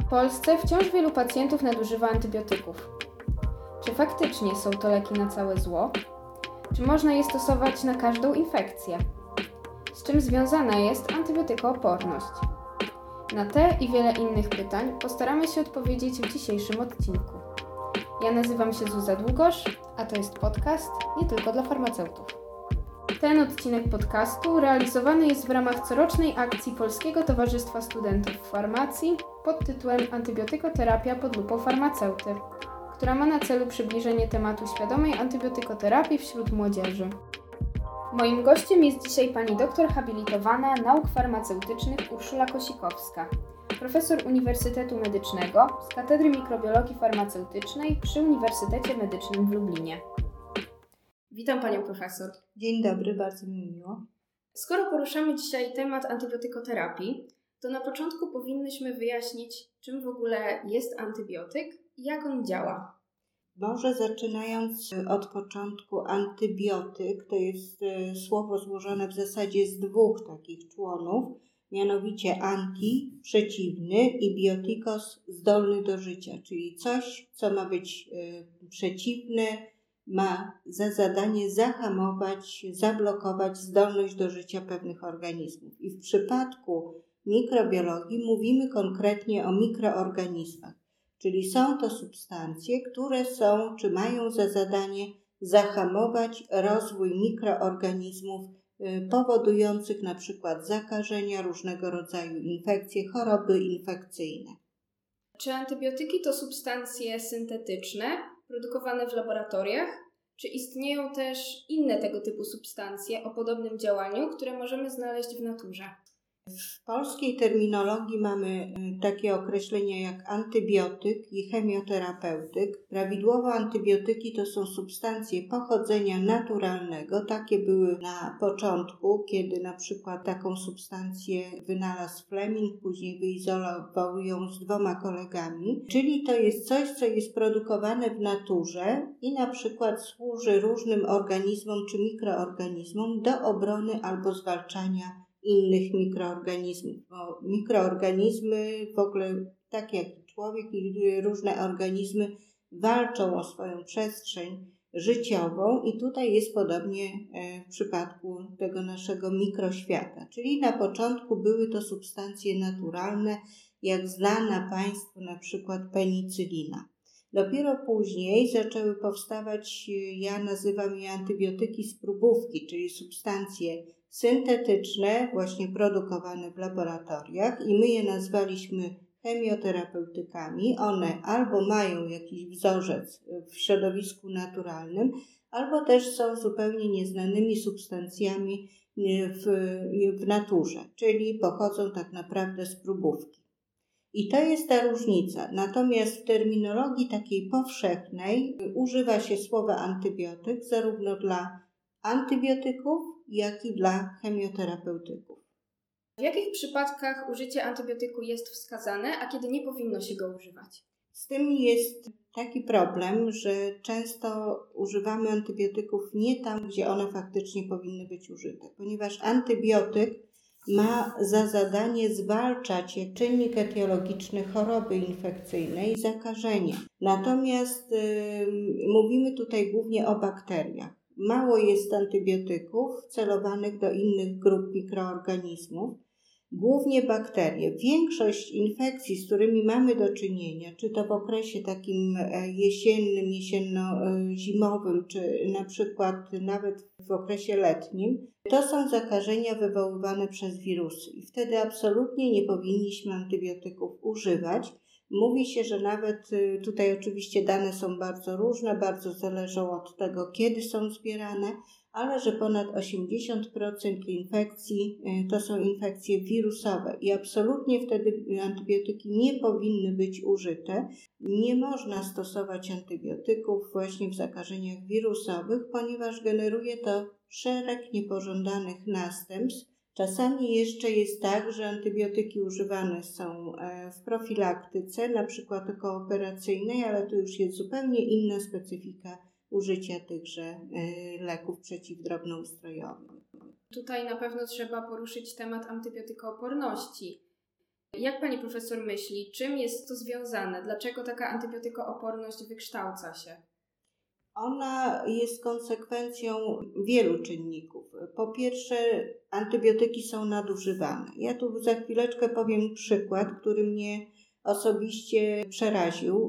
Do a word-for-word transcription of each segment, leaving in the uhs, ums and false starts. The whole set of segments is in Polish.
W Polsce wciąż wielu pacjentów nadużywa antybiotyków. Czy faktycznie są to leki na całe zło? Czy można je stosować na każdą infekcję? Z czym związana jest antybiotykooporność? Na te i wiele innych pytań postaramy się odpowiedzieć w dzisiejszym odcinku. Ja nazywam się Zuza Długosz, a to jest podcast nie tylko dla farmaceutów. Ten odcinek podcastu realizowany jest w ramach corocznej akcji Polskiego Towarzystwa Studentów Farmacji pod tytułem Antybiotykoterapia pod lupą farmaceuty, która ma na celu przybliżenie tematu świadomej antybiotykoterapii wśród młodzieży. Moim gościem jest dzisiaj pani doktor habilitowana nauk farmaceutycznych Urszula Kosikowska, profesor Uniwersytetu Medycznego z Katedry Mikrobiologii Farmaceutycznej przy Uniwersytecie Medycznym w Lublinie. Witam panią profesor. Dzień dobry, bardzo mi miło. Skoro poruszamy dzisiaj temat antybiotykoterapii, to na początku powinnyśmy wyjaśnić, czym w ogóle jest antybiotyk i jak on działa. Może zaczynając od początku, antybiotyk to jest słowo złożone w zasadzie z dwóch takich członów, mianowicie anti, przeciwny i biotikos, zdolny do życia, czyli coś, co ma być przeciwne, ma za zadanie zahamować, zablokować zdolność do życia pewnych organizmów. I w przypadku mikrobiologii mówimy konkretnie o mikroorganizmach, czyli są to substancje, które są, czy mają za zadanie zahamować rozwój mikroorganizmów powodujących na przykład zakażenia, różnego rodzaju infekcje, choroby infekcyjne. Czy antybiotyki to substancje syntetyczne, produkowane w laboratoriach, czy istnieją też inne tego typu substancje o podobnym działaniu, które możemy znaleźć w naturze? W polskiej terminologii mamy takie określenia jak antybiotyk i chemioterapeutyk. Prawidłowo antybiotyki to są substancje pochodzenia naturalnego. Takie były na początku, kiedy na przykład taką substancję wynalazł Fleming, później wyizolował ją z dwoma kolegami. Czyli to jest coś, co jest produkowane w naturze i na przykład służy różnym organizmom czy mikroorganizmom do obrony albo zwalczania innych mikroorganizmów, bo mikroorganizmy w ogóle, tak jak i człowiek i różne organizmy, walczą o swoją przestrzeń życiową i tutaj jest podobnie w przypadku tego naszego mikroświata. Czyli na początku były to substancje naturalne, jak znana Państwu na przykład penicylina. Dopiero później zaczęły powstawać, ja nazywam je antybiotyki z próbówki, czyli substancje syntetyczne, właśnie produkowane w laboratoriach i my je nazwaliśmy chemioterapeutykami. One albo mają jakiś wzorzec w środowisku naturalnym, albo też są zupełnie nieznanymi substancjami w, w naturze, czyli pochodzą tak naprawdę z próbówki. I to jest ta różnica. Natomiast w terminologii takiej powszechnej używa się słowa antybiotyk zarówno dla antybiotyków, jak i dla chemioterapeutyków. W jakich przypadkach użycie antybiotyku jest wskazane, a kiedy nie powinno się go używać? Z tym jest taki problem, że często używamy antybiotyków nie tam, gdzie one faktycznie powinny być użyte, ponieważ antybiotyk ma za zadanie zwalczać jak czynnik etiologiczny choroby infekcyjne i zakażenia. Natomiast yy, mówimy tutaj głównie o bakteriach. Mało jest antybiotyków celowanych do innych grup mikroorganizmów, głównie bakterie. Większość infekcji, z którymi mamy do czynienia, czy to w okresie takim jesiennym, jesienno-zimowym, czy na przykład nawet w okresie letnim, to są zakażenia wywoływane przez wirusy i wtedy absolutnie nie powinniśmy antybiotyków używać. Mówi się, że nawet tutaj oczywiście dane są bardzo różne, bardzo zależą od tego, kiedy są zbierane, ale że ponad osiemdziesiąt procent infekcji to są infekcje wirusowe i absolutnie wtedy antybiotyki nie powinny być użyte. Nie można stosować antybiotyków właśnie w zakażeniach wirusowych, ponieważ generuje to szereg niepożądanych następstw. Czasami jeszcze jest tak, że antybiotyki używane są w profilaktyce, na przykład kooperacyjnej, ale to już jest zupełnie inna specyfika użycia tychże leków przeciwdrobnoustrojowych. Tutaj na pewno trzeba poruszyć temat antybiotykooporności. Jak pani profesor myśli, czym jest to związane? Dlaczego taka antybiotykooporność wykształca się? Ona jest konsekwencją wielu czynników. Po pierwsze, antybiotyki są nadużywane. Ja tu za chwileczkę powiem przykład, który mnie osobiście przeraził.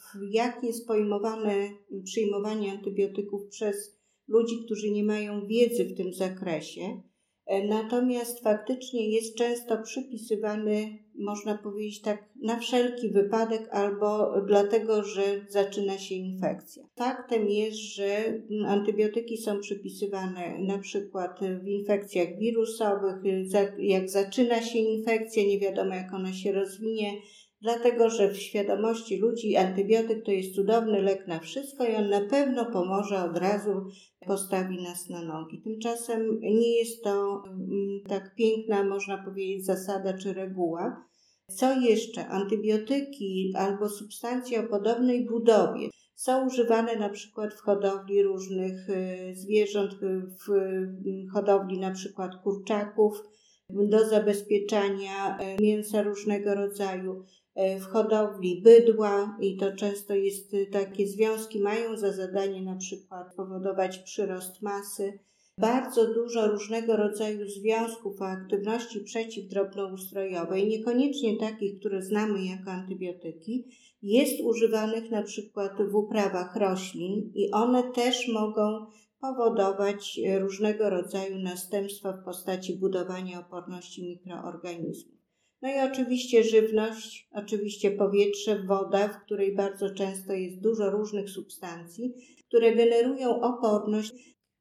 Jak jest pojmowane przyjmowanie antybiotyków przez ludzi, którzy nie mają wiedzy w tym zakresie. Natomiast faktycznie jest często przypisywany, można powiedzieć tak, na wszelki wypadek albo dlatego, że zaczyna się infekcja. Faktem jest, że antybiotyki są przypisywane na przykład w infekcjach wirusowych, jak zaczyna się infekcja, nie wiadomo jak ona się rozwinie, dlatego że w świadomości ludzi antybiotyk to jest cudowny lek na wszystko i on na pewno pomoże od razu, postawi nas na nogi. Tymczasem nie jest to tak piękna, można powiedzieć, zasada czy reguła. Co jeszcze? Antybiotyki albo substancje o podobnej budowie są używane na przykład w hodowli różnych zwierząt, w hodowli na przykład kurczaków, do zabezpieczania mięsa różnego rodzaju, w hodowli bydła i to często jest takie związki, mają za zadanie na przykład powodować przyrost masy. Bardzo dużo różnego rodzaju związków o aktywności przeciwdrobnoustrojowej, niekoniecznie takich, które znamy jako antybiotyki, jest używanych na przykład w uprawach roślin i one też mogą powodować różnego rodzaju następstwa w postaci budowania oporności mikroorganizmów. No i oczywiście żywność, oczywiście powietrze, woda, w której bardzo często jest dużo różnych substancji, które generują oporność.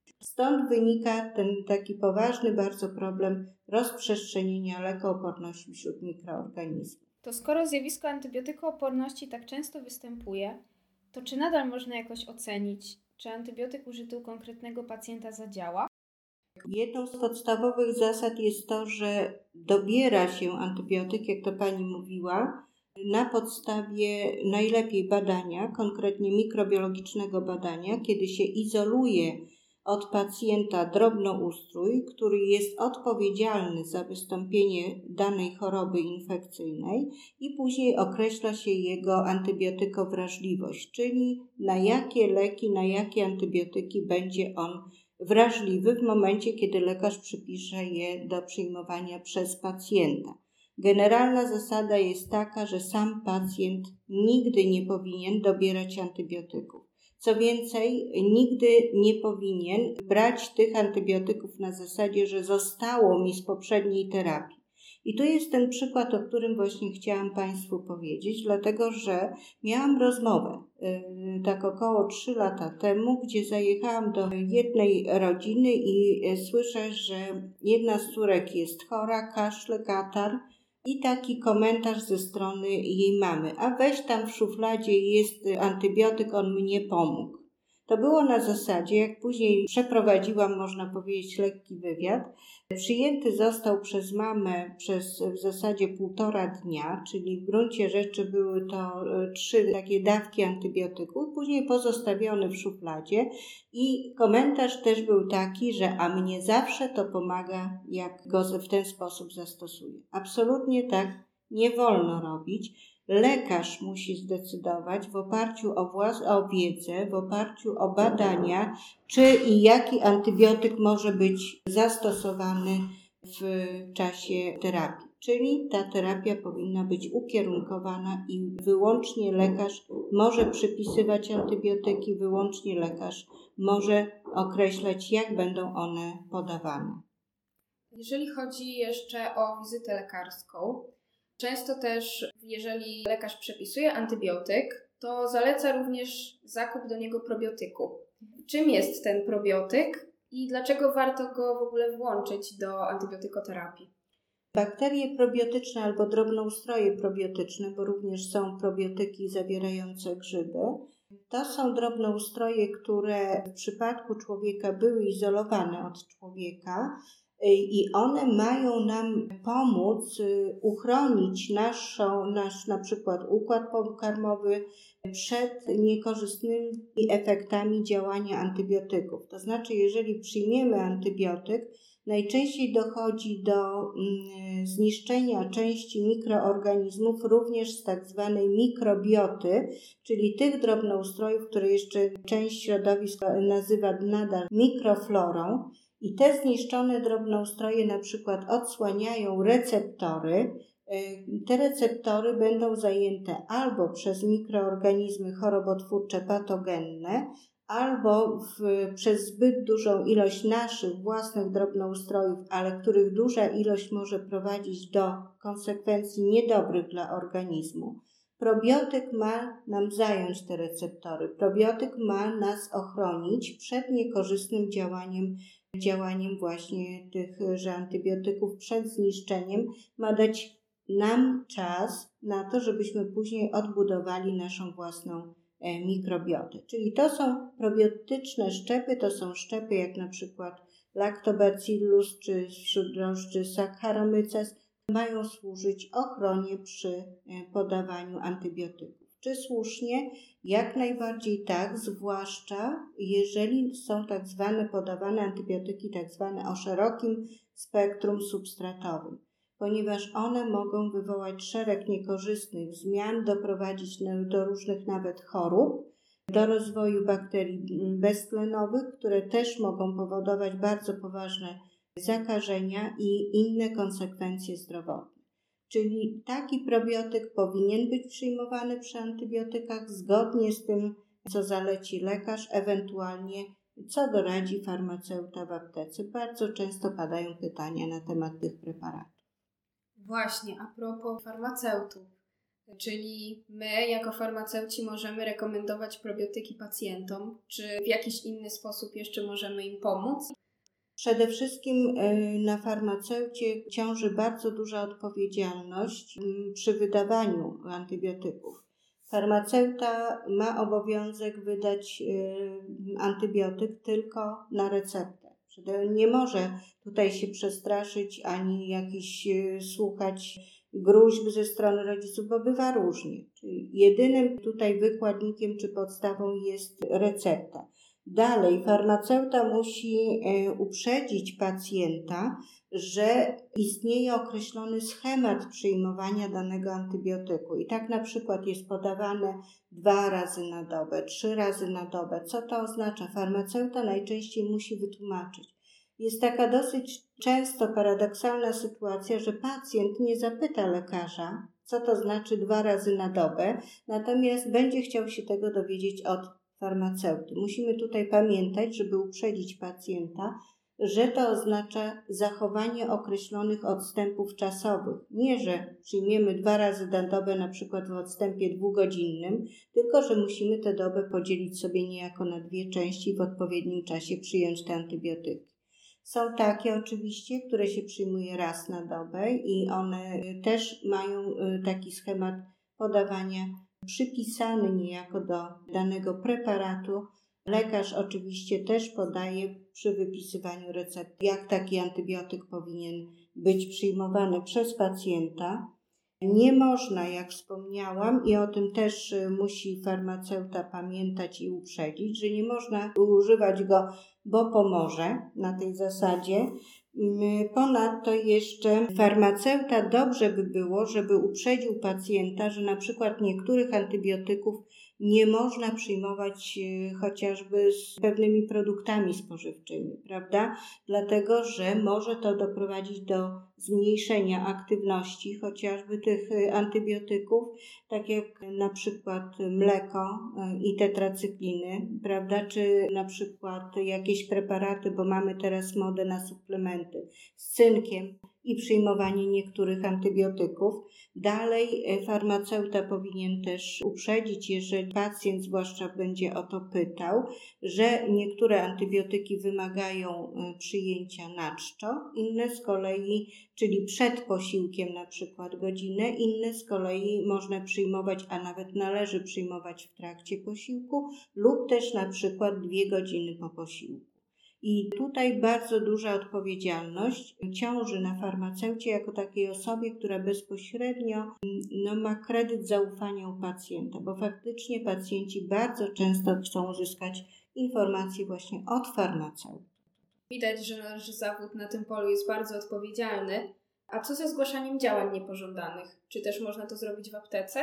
Stąd wynika ten taki poważny bardzo problem rozprzestrzenienia lekooporności wśród mikroorganizmów. To skoro zjawisko antybiotykooporności tak często występuje, to czy nadal można jakoś ocenić, czy antybiotyk użyty u konkretnego pacjenta zadziała? Jedną z podstawowych zasad jest to, że dobiera się antybiotyk, jak to pani mówiła, na podstawie najlepiej badania, konkretnie mikrobiologicznego badania, kiedy się izoluje od pacjenta drobnoustrój, który jest odpowiedzialny za wystąpienie danej choroby infekcyjnej i później określa się jego antybiotykowrażliwość, czyli na jakie leki, na jakie antybiotyki będzie on wrażliwy w momencie, kiedy lekarz przypisze je do przyjmowania przez pacjenta. Generalna zasada jest taka, że sam pacjent nigdy nie powinien dobierać antybiotyków. Co więcej, nigdy nie powinien brać tych antybiotyków na zasadzie, że zostało mi z poprzedniej terapii. I tu jest ten przykład, o którym właśnie chciałam Państwu powiedzieć, dlatego że miałam rozmowę yy, tak około trzy lata temu, gdzie zajechałam do jednej rodziny i yy, słyszę, że jedna z córek jest chora, kaszle, katar i taki komentarz ze strony jej mamy. A weź tam w szufladzie jest antybiotyk, on mnie pomógł. To było na zasadzie, jak później przeprowadziłam, można powiedzieć, lekki wywiad, przyjęty został przez mamę przez w zasadzie półtora dnia, czyli w gruncie rzeczy były to trzy takie dawki antybiotyków, później pozostawiony w szufladzie i komentarz też był taki, że a mnie zawsze to pomaga, jak go w ten sposób zastosuję. Absolutnie tak nie wolno robić. Lekarz musi zdecydować w oparciu o, włas- o wiedzę, w oparciu o badania, czy i jaki antybiotyk może być zastosowany w czasie terapii. Czyli ta terapia powinna być ukierunkowana i wyłącznie lekarz może przypisywać antybiotyki, wyłącznie lekarz może określać, jak będą one podawane. Jeżeli chodzi jeszcze o wizytę lekarską, często też, jeżeli lekarz przepisuje antybiotyk, to zaleca również zakup do niego probiotyku. Czym jest ten probiotyk i dlaczego warto go w ogóle włączyć do antybiotykoterapii? Bakterie probiotyczne albo drobnoustroje probiotyczne, bo również są probiotyki zawierające grzyby, to są drobnoustroje, które w przypadku człowieka były izolowane od człowieka, i one mają nam pomóc uchronić naszą, nasz na przykład układ pokarmowy przed niekorzystnymi efektami działania antybiotyków. To znaczy, jeżeli przyjmiemy antybiotyk, Najczęściej dochodzi do mm, zniszczenia części mikroorganizmów również z tak zwanej mikrobioty, czyli tych drobnoustrojów, które jeszcze część środowisk nazywa nadal mikroflorą. I te zniszczone drobnoustroje na przykład odsłaniają receptory. Te receptory będą zajęte albo przez mikroorganizmy chorobotwórcze patogenne, albo w, przez zbyt dużą ilość naszych własnych drobnoustrojów, ale których duża ilość może prowadzić do konsekwencji niedobrych dla organizmu. Probiotyk ma nam zająć te receptory. Probiotyk ma nas ochronić przed niekorzystnym działaniem, działaniem właśnie tychże antybiotyków, przed zniszczeniem. Ma dać nam czas na to, żebyśmy później odbudowali naszą własną mikrobiotę. Czyli to są probiotyczne szczepy, to są szczepy jak na przykład Lactobacillus czy wśród drożdży Saccharomyces, mają służyć ochronie przy podawaniu antybiotyków. Czy słusznie? Jak najbardziej tak, zwłaszcza jeżeli są tak zwane podawane antybiotyki tak zwane o szerokim spektrum substratowym, ponieważ one mogą wywołać szereg niekorzystnych zmian, doprowadzić do różnych nawet chorób, do rozwoju bakterii beztlenowych, które też mogą powodować bardzo poważne zakażenia i inne konsekwencje zdrowotne. Czyli taki probiotyk powinien być przyjmowany przy antybiotykach zgodnie z tym, co zaleci lekarz, ewentualnie co doradzi farmaceuta w aptece. Bardzo często padają pytania na temat tych preparatów. Właśnie, a propos farmaceutów, czyli my jako farmaceuci możemy rekomendować probiotyki pacjentom, czy w jakiś inny sposób jeszcze możemy im pomóc? Przede wszystkim na farmaceucie ciąży bardzo duża odpowiedzialność przy wydawaniu antybiotyków. Farmaceuta ma obowiązek wydać antybiotyk tylko na receptę. Nie może tutaj się przestraszyć ani jakiś słuchać gróźb ze strony rodziców, bo bywa różnie. Czyli jedynym tutaj wykładnikiem czy podstawą jest recepta. Dalej, farmaceuta musi uprzedzić pacjenta, że istnieje określony schemat przyjmowania danego antybiotyku i tak na przykład jest podawane dwa razy na dobę, trzy razy na dobę. Co to oznacza? Farmaceuta najczęściej musi wytłumaczyć. Jest taka dosyć często paradoksalna sytuacja, że pacjent nie zapyta lekarza, co to znaczy dwa razy na dobę, natomiast będzie chciał się tego dowiedzieć od farmaceuty. Musimy tutaj pamiętać, żeby uprzedzić pacjenta, że to oznacza zachowanie określonych odstępów czasowych. Nie, że przyjmiemy dwa razy na dobę na przykład w odstępie dwugodzinnym, tylko że musimy tę dobę podzielić sobie niejako na dwie części i w odpowiednim czasie przyjąć te antybiotyki. Są takie oczywiście, które się przyjmuje raz na dobę i one też mają taki schemat podawania przypisany niejako do danego preparatu. Lekarz oczywiście też podaje przy wypisywaniu recepty, jak taki antybiotyk powinien być przyjmowany przez pacjenta. Nie można, jak wspomniałam, i o tym też musi farmaceuta pamiętać i uprzedzić, że nie można używać go, bo pomoże na tej zasadzie. Ponadto jeszcze farmaceuta dobrze by było, żeby uprzedził pacjenta, że na przykład niektórych antybiotyków nie można przyjmować chociażby z pewnymi produktami spożywczymi, prawda? Dlatego, że może to doprowadzić do zmniejszenia aktywności chociażby tych antybiotyków, tak jak na przykład mleko i tetracykliny, prawda? Czy na przykład jakieś preparaty, bo mamy teraz modę na suplementy z cynkiem i przyjmowanie niektórych antybiotyków. Dalej farmaceuta powinien też uprzedzić, jeżeli pacjent zwłaszcza będzie o to pytał, że niektóre antybiotyki wymagają przyjęcia na czczo, inne z kolei, czyli przed posiłkiem na przykład godzinę, inne z kolei można przyjmować, a nawet należy przyjmować w trakcie posiłku lub też na przykład dwie godziny po posiłku. I tutaj bardzo duża odpowiedzialność ciąży na farmaceucie jako takiej osobie, która bezpośrednio no, ma kredyt zaufania u pacjenta, bo faktycznie pacjenci bardzo często chcą uzyskać informacje właśnie od farmaceutów. Widać, że nasz zawód na tym polu jest bardzo odpowiedzialny. A co ze zgłaszaniem działań niepożądanych? Czy też można to zrobić w aptece?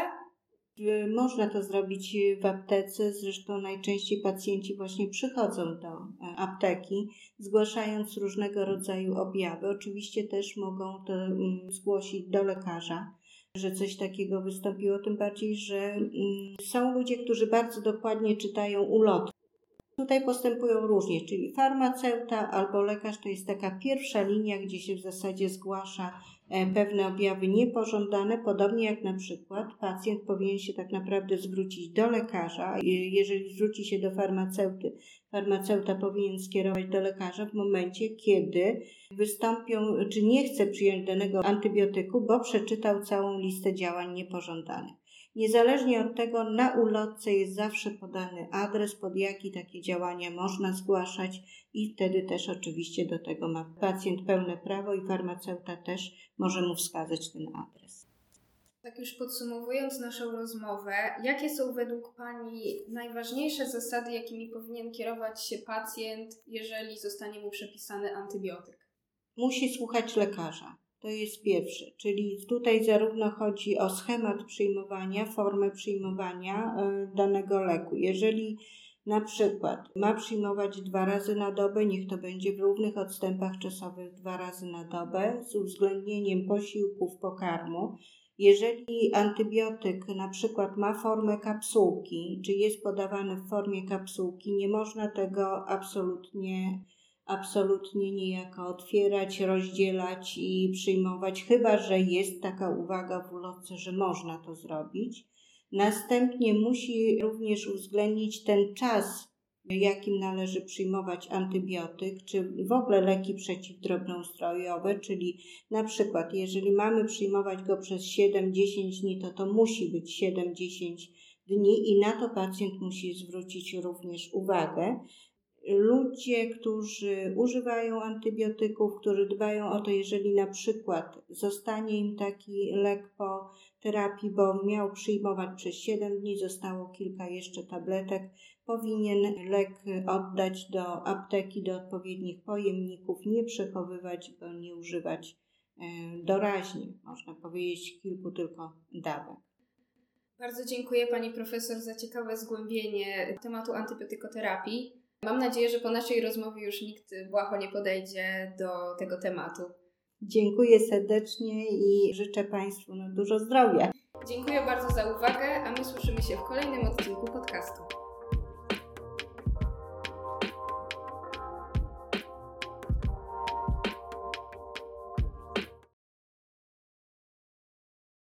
Można to zrobić w aptece, zresztą najczęściej pacjenci właśnie przychodzą do apteki, zgłaszając różnego rodzaju objawy. Oczywiście też mogą to zgłosić do lekarza, że coś takiego wystąpiło, tym bardziej, że są ludzie, którzy bardzo dokładnie czytają ulotki. Tutaj postępują różnie, czyli farmaceuta albo lekarz to jest taka pierwsza linia, gdzie się w zasadzie zgłasza pewne objawy niepożądane, podobnie jak na przykład pacjent powinien się tak naprawdę zwrócić do lekarza. Jeżeli zwróci się do farmaceuty, farmaceuta powinien skierować do lekarza w momencie, kiedy wystąpią, czy nie chce przyjąć danego antybiotyku, bo przeczytał całą listę działań niepożądanych. Niezależnie od tego na ulotce jest zawsze podany adres, pod jaki takie działania można zgłaszać i wtedy też oczywiście do tego ma pacjent pełne prawo i farmaceuta też może mu wskazać ten adres. Tak już podsumowując naszą rozmowę, jakie są według Pani najważniejsze zasady, jakimi powinien kierować się pacjent, jeżeli zostanie mu przepisany antybiotyk? Musi słuchać lekarza. To jest pierwsze, czyli tutaj zarówno chodzi o schemat przyjmowania, formę przyjmowania danego leku. Jeżeli na przykład ma przyjmować dwa razy na dobę, niech to będzie w równych odstępach czasowych dwa razy na dobę z uwzględnieniem posiłków, pokarmu. Jeżeli antybiotyk na przykład ma formę kapsułki, czy jest podawany w formie kapsułki, nie można tego absolutnie absolutnie niejako otwierać, rozdzielać i przyjmować, chyba że jest taka uwaga w ulotce, że można to zrobić. Następnie musi również uwzględnić ten czas, jakim należy przyjmować antybiotyk, czy w ogóle leki przeciwdrobnoustrojowe, czyli na przykład jeżeli mamy przyjmować go przez siedem do dziesięciu dni, to to musi być siedem do dziesięciu dni i na to pacjent musi zwrócić również uwagę. Ludzie, którzy używają antybiotyków, którzy dbają o to, jeżeli na przykład zostanie im taki lek po terapii, bo miał przyjmować przez siedem dni, zostało kilka jeszcze tabletek, powinien lek oddać do apteki, do odpowiednich pojemników, nie przechowywać go, nie używać doraźnie, można powiedzieć kilku tylko dawek. Bardzo dziękuję Pani Profesor za ciekawe zgłębienie tematu antybiotykoterapii. Mam nadzieję, że po naszej rozmowie już nikt błaho nie podejdzie do tego tematu. Dziękuję serdecznie i życzę Państwu no, dużo zdrowia. Dziękuję bardzo za uwagę, a my słyszymy się w kolejnym odcinku podcastu.